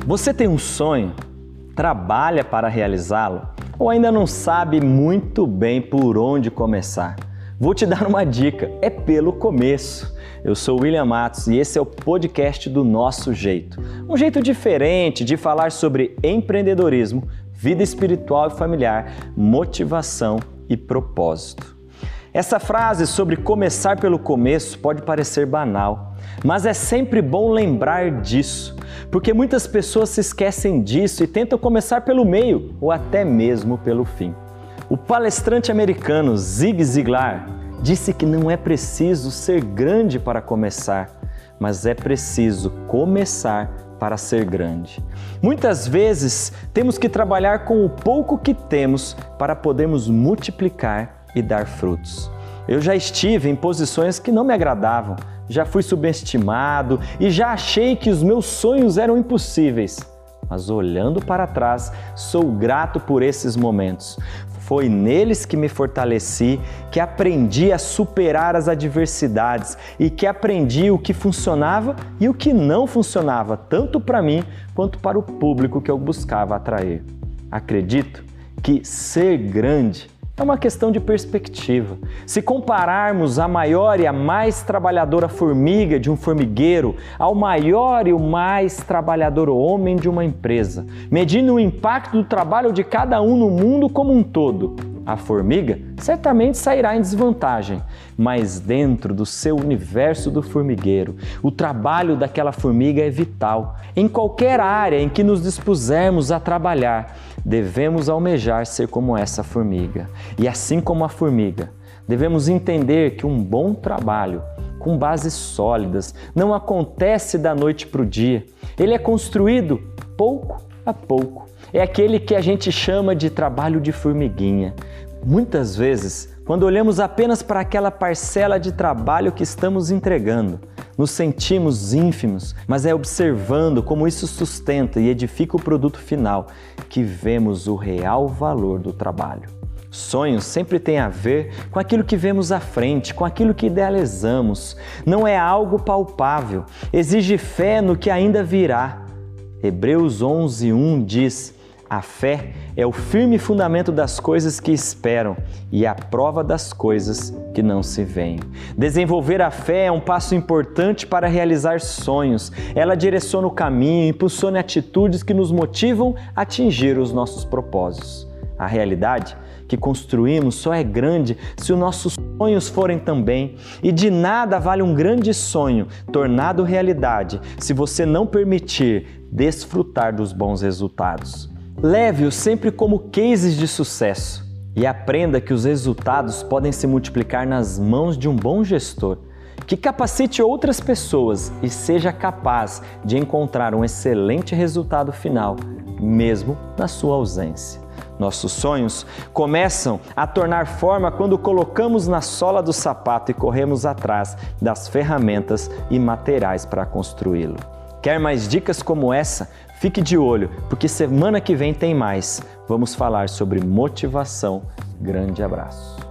Você tem um sonho? Trabalha para realizá-lo? Ou ainda não sabe muito bem por onde começar? Vou te dar uma dica, é pelo começo. Eu sou William Matos e esse é o podcast do Nosso Jeito. Um jeito diferente de falar sobre empreendedorismo, vida espiritual e familiar, motivação e propósito. Essa frase sobre começar pelo começo pode parecer banal, mas é sempre bom lembrar disso, porque muitas pessoas se esquecem disso e tentam começar pelo meio ou até mesmo pelo fim. O palestrante americano Zig Ziglar disse que não é preciso ser grande para começar, mas é preciso começar para ser grande. Muitas vezes temos que trabalhar com o pouco que temos para podermos multiplicar e dar frutos. Eu já estive em posições que não me agradavam, já fui subestimado e já achei que os meus sonhos eram impossíveis. Mas olhando para trás, sou grato por esses momentos. Foi neles que me fortaleci, que aprendi a superar as adversidades e que aprendi o que funcionava e o que não funcionava, tanto para mim quanto para o público que eu buscava atrair. Acredito que ser grande é uma questão de perspectiva. Se compararmos a maior e a mais trabalhadora formiga de um formigueiro ao maior e o mais trabalhador homem de uma empresa, medindo o impacto do trabalho de cada um no mundo como um todo, a formiga certamente sairá em desvantagem, mas dentro do seu universo do formigueiro, o trabalho daquela formiga é vital. Em qualquer área em que nos dispusermos a trabalhar, devemos almejar ser como essa formiga. E assim como a formiga, devemos entender que um bom trabalho, com bases sólidas, não acontece da noite para o dia. Ele é construído pouco a pouco. É aquele que a gente chama de trabalho de formiguinha. Muitas vezes, quando olhamos apenas para aquela parcela de trabalho que estamos entregando, nos sentimos ínfimos, mas é observando como isso sustenta e edifica o produto final que vemos o real valor do trabalho. Sonhos sempre têm a ver com aquilo que vemos à frente, com aquilo que idealizamos. Não é algo palpável, exige fé no que ainda virá. Hebreus 11:1 diz: a fé é o firme fundamento das coisas que esperam e a prova das coisas que não se veem. Desenvolver a fé é um passo importante para realizar sonhos. Ela direciona o caminho, impulsiona atitudes que nos motivam a atingir os nossos propósitos. A realidade que construímos só é grande se os nossos sonhos forem também, e de nada vale um grande sonho tornado realidade se você não permitir desfrutar dos bons resultados. Leve-os sempre como cases de sucesso e aprenda que os resultados podem se multiplicar nas mãos de um bom gestor, que capacite outras pessoas e seja capaz de encontrar um excelente resultado final, mesmo na sua ausência. Nossos sonhos começam a tomar forma quando colocamos na sola do sapato e corremos atrás das ferramentas e materiais para construí-lo. Quer mais dicas como essa? Fique de olho, porque semana que vem tem mais. Vamos falar sobre motivação. Grande abraço.